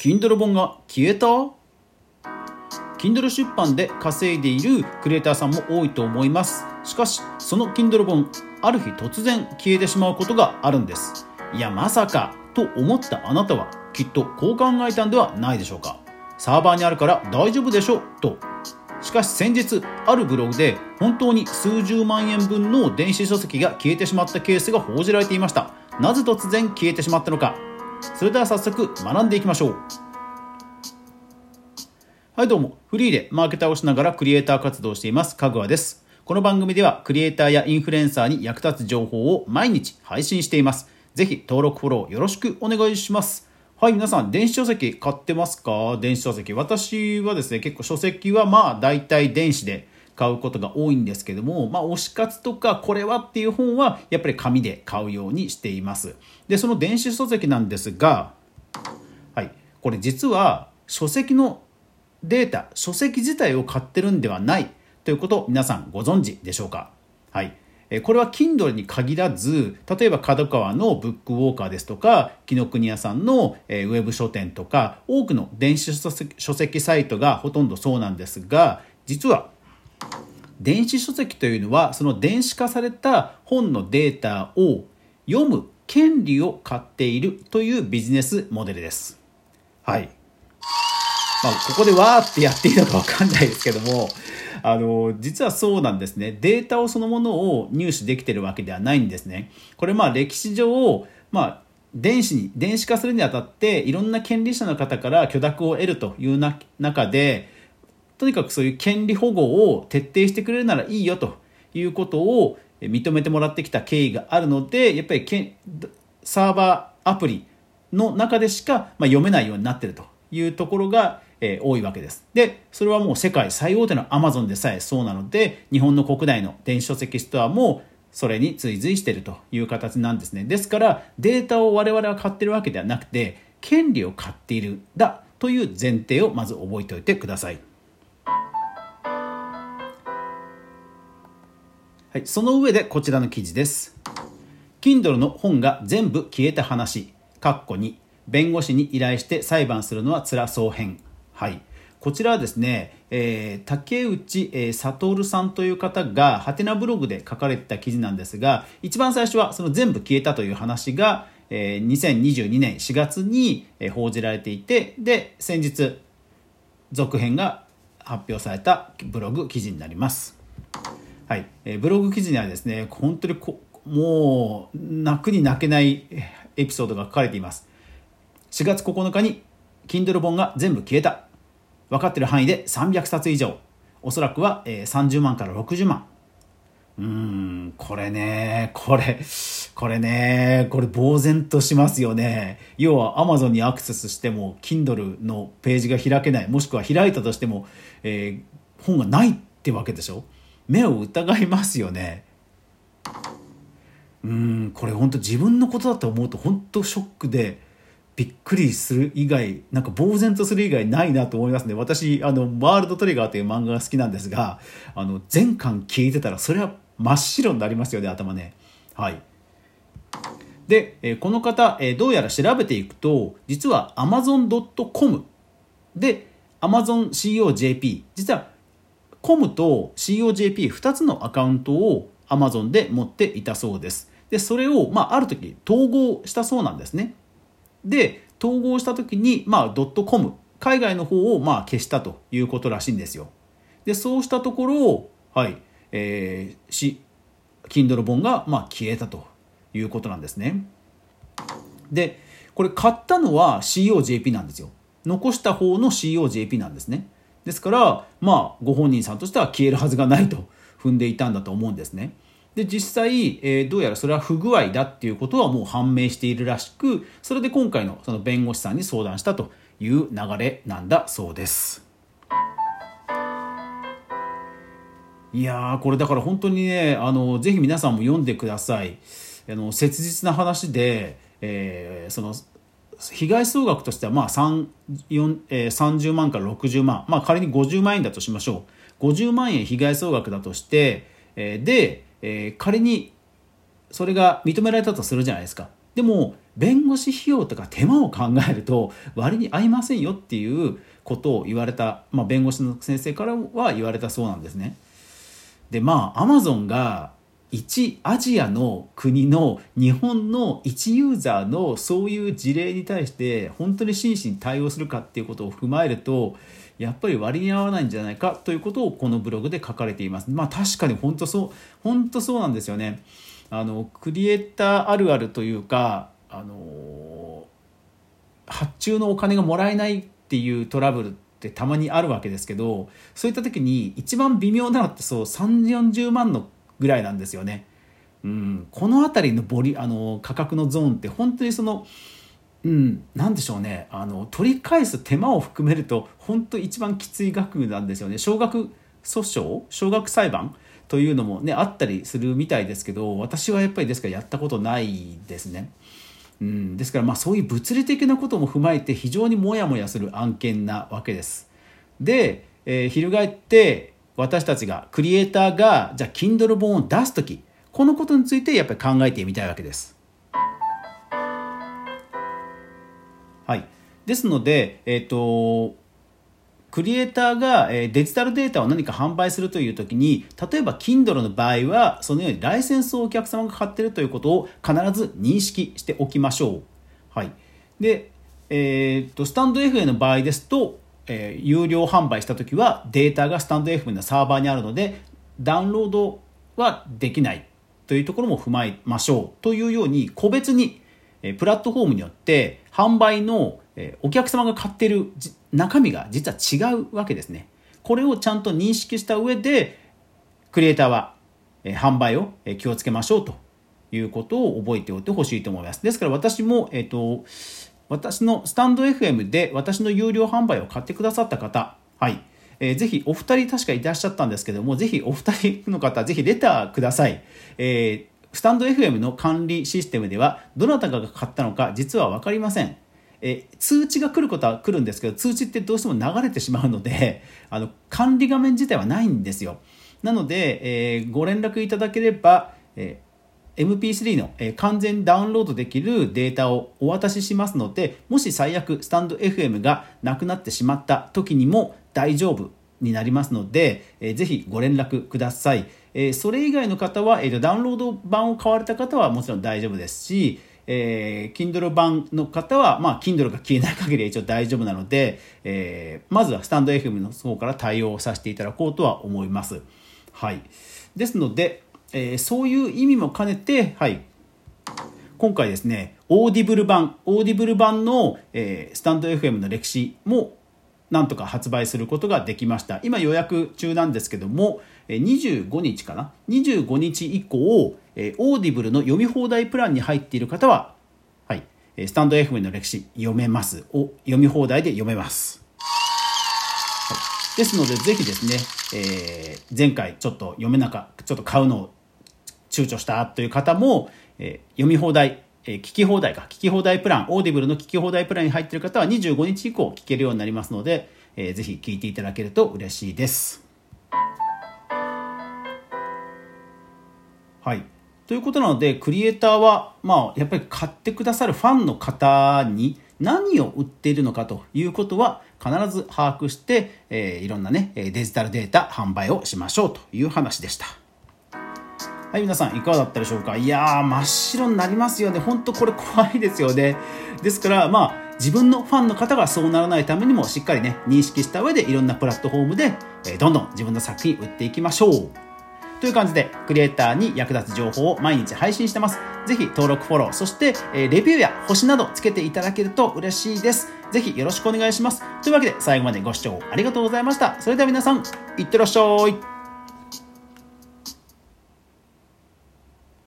Kindle 本が消えた？ Kindle 出版で稼いでいるクリエイターさんも多いと思います。しかしその Kindle 本、ある日突然消えてしまうことがあるんです。いやまさかと思ったあなたはきっとこう考えたんではないでしょうか。サーバーにあるから大丈夫でしょと。しかし先日あるブログで本当に数十万円分の電子書籍が消えてしまったケースが報じられていました。なぜ突然消えてしまったのか。それでは早速学んでいきましょう。はいどうも、フリーでマーケターをしながらクリエイター活動をしていますかぐわです。この番組ではクリエイターやインフルエンサーに役立つ情報を毎日配信しています。ぜひ登録フォローよろしくお願いします。はい、皆さん電子書籍買ってますか？電子書籍、私はですね結構書籍はだいたい電子で買うことが多いんですけども、推し活とかこれはっていう本はやっぱり紙で買うようにしています。でその電子書籍なんですが、はい、これ実は書籍のデータ、書籍自体を買ってるんではないということを皆さんご存知でしょうか。はい、これは Kindle に限らず、例えば角川のブックウォーカーですとか紀ノ国屋さんのウェブ書店とか多くの電子書籍サイトがほとんどそうなんですが、実は電子書籍というのはその電子化された本のデータを読む権利を買っているというビジネスモデルです。はい、ここでわーってやっていいのか分かんないですけども、実はそうなんですね。データをそのものを入手できているわけではないんですね。これ歴史上、電子化するにあたっていろんな権利者の方から許諾を得るという中で、とにかくそういう権利保護を徹底してくれるならいいよということを認めてもらってきた経緯があるので、やっぱりサーバーアプリの中でしか読めないようになっているというところが多いわけです。でそれはもう世界最大手の Amazon でさえそうなので、日本の国内の電子書籍ストアもそれに追随しているという形なんですね。ですからデータを我々は買っているわけではなくて、権利を買っているだという前提をまず覚えておいてください。はい、その上でこちらの記事です。 Kindle の本が全部消えた話（2弁護士に依頼して裁判するのは辛そう編）。はい、こちらはですね、竹内悟さんという方がハテナブログで書かれた記事なんですが、一番最初はその全部消えたという話が、2022年4月に報じられていて、で先日続編が発表されたブログ記事になります。はい、ブログ記事にはですね本当にもう泣くに泣けないエピソードが書かれています。4月9日に Kindle 本が全部消えた。分かっている範囲で300冊以上。おそらくは30万から60万。これ呆然としますよね。要は Amazon にアクセスしても Kindle のページが開けない、もしくは開いたとしても、本がないってわけでしょ。目を疑いますよね。これ本当自分のことだと思うと本当ショックでびっくりする以外、呆然とする以外ないなと思いますね。私ワールドトリガーという漫画が好きなんですが、全巻消えてたらそれは真っ白になりますよね、頭ね。はい。でこの方どうやら調べていくと、実は Amazon.com で AmazonCOJP、 実はコムと COJP2 つのアカウントを Amazon で持っていたそうです。でそれを、ある時統合したそうなんですね。で統合した時に、.com 海外の方を消したということらしいんですよ。でそうしたところ、Kindle 本が消えたということなんですね。でこれ買ったのは COJP なんですよ。残した方の COJP なんですね。ですからご本人さんとしては消えるはずがないと踏んでいたんだと思うんですね。で実際、どうやらそれは不具合だっていうことはもう判明しているらしく、それで今回のその弁護士さんに相談したという流れなんだそうです。いやこれだから本当にね、ぜひ皆さんも読んでください。切実な話で、その被害総額としては30万から60万、仮に50万円だとしましょう。50万円被害総額だとして、仮にそれが認められたとするじゃないですか。 でも弁護士費用とか手間を考えると割に合いませんよっていうことを言われた、弁護士の先生からは言われたそうなんですね。でアマゾンが一アジアの国の日本の一ユーザーのそういう事例に対して本当に真摯に対応するかっていうことを踏まえるとやっぱり割に合わないんじゃないかということをこのブログで書かれています。確かに本当そうなんですよね。クリエイターあるあるというか発注のお金がもらえないっていうトラブルってたまにあるわけですけど、そういった時に一番微妙なのって30-40万のぐらいなんですよね。この辺りの価格のゾーンって本当になんでしょうね、取り返す手間を含めると本当一番きつい額なんですよね。少額裁判というのもねあったりするみたいですけど、私はやっぱりですからやったことないですね。ですからそういう物理的なことも踏まえて非常にモヤモヤする案件なわけです。で、翻って私たちがクリエイターがじゃあ Kindle 本を出すとき、このことについてやっぱり考えてみたいわけです。はい、ですので、クリエイターがデジタルデータを何か販売するというときに、例えば Kindle の場合はそのようにライセンスをお客様が買っているということを必ず認識しておきましょう。はい、で、スタンド FM の場合ですと、有料販売したときはデータがスタンド FM のサーバーにあるのでダウンロードはできないというところも踏まえましょうというように、個別にプラットフォームによって販売のお客様が買っている中身が実は違うわけですね。これをちゃんと認識した上でクリエイターは販売を気をつけましょうということを覚えておいてほしいと思います。ですから私も私のスタンド FM で私の有料販売を買ってくださった方、ぜひお二人確かいらっしゃったんですけども、ぜひお二人の方ぜひレターください。スタンド FM の管理システムではどなたかが買ったのか実は分かりません。通知が来ることは来るんですけど、通知ってどうしても流れてしまうので管理画面自体はないんですよ。なので、ご連絡いただければ、MP3 の完全ダウンロードできるデータをお渡ししますので、もし最悪スタンド FM がなくなってしまった時にも大丈夫になりますので、ぜひご連絡ください。それ以外の方は、ダウンロード版を買われた方はもちろん大丈夫ですし、Kindle 版の方は、Kindle が消えない限りは一応大丈夫なので、まずはスタンド FM の方から対応させていただこうとは思います。はい。ですので、そういう意味も兼ねて、今回ですね、オーディブル版の、スタンド FM の歴史もなんとか発売することができました。今予約中なんですけども、25日かな、25日以降、オーディブルの読み放題プランに入っている方は、スタンド FM の歴史読めます。読み放題で読めます。ですのでぜひですね、前回ちょっとちょっと買うのを躊躇したという方も、読み放題、聞き放題プラン、オーディブルの聞き放題プランに入っている方は25日以降聞けるようになりますので、ぜひ聞いていただけると嬉しいです。はい。ということなので、クリエイターは、やっぱり買ってくださるファンの方に何を売っているのかということは必ず把握して、いろんなね、デジタルデータ販売をしましょうという話でした。はい、皆さんいかがだったでしょうか。いやー、真っ白になりますよね。本当これ怖いですよね。ですから自分のファンの方がそうならないためにもしっかりね認識した上でいろんなプラットフォームでどんどん自分の作品売っていきましょうという感じで、クリエイターに役立つ情報を毎日配信してます。ぜひ登録フォロー、そしてレビューや星などつけていただけると嬉しいです。ぜひよろしくお願いします。というわけで最後までご視聴ありがとうございました。それでは皆さんいってらっしゃい。